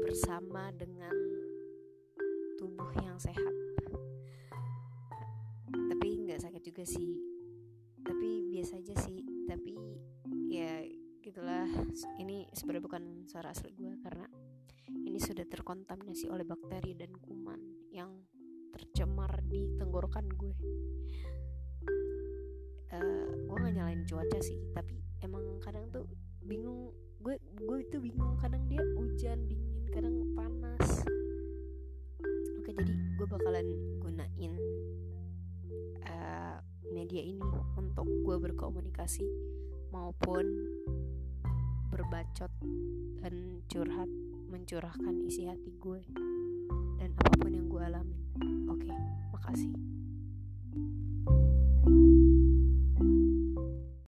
bersama dengan tubuh yang sehat. Tapi nggak sakit juga sih, tapi biasa aja sih. Tapi ya gitulah, ini sebenarnya bukan suara asli gue karena ini sudah terkontaminasi oleh bakteri dan kuman yang tercemar di tenggorokan gue. Gue nggak nyalain cuaca sih, tapi emang kadang tuh bingung. Gue itu bingung, kadang dia hujan dingin, kadang panas. Oke, jadi gue bakalan gunain media ini untuk gue berkomunikasi maupun berbacot dan mencurahkan isi hati gue dan apapun yang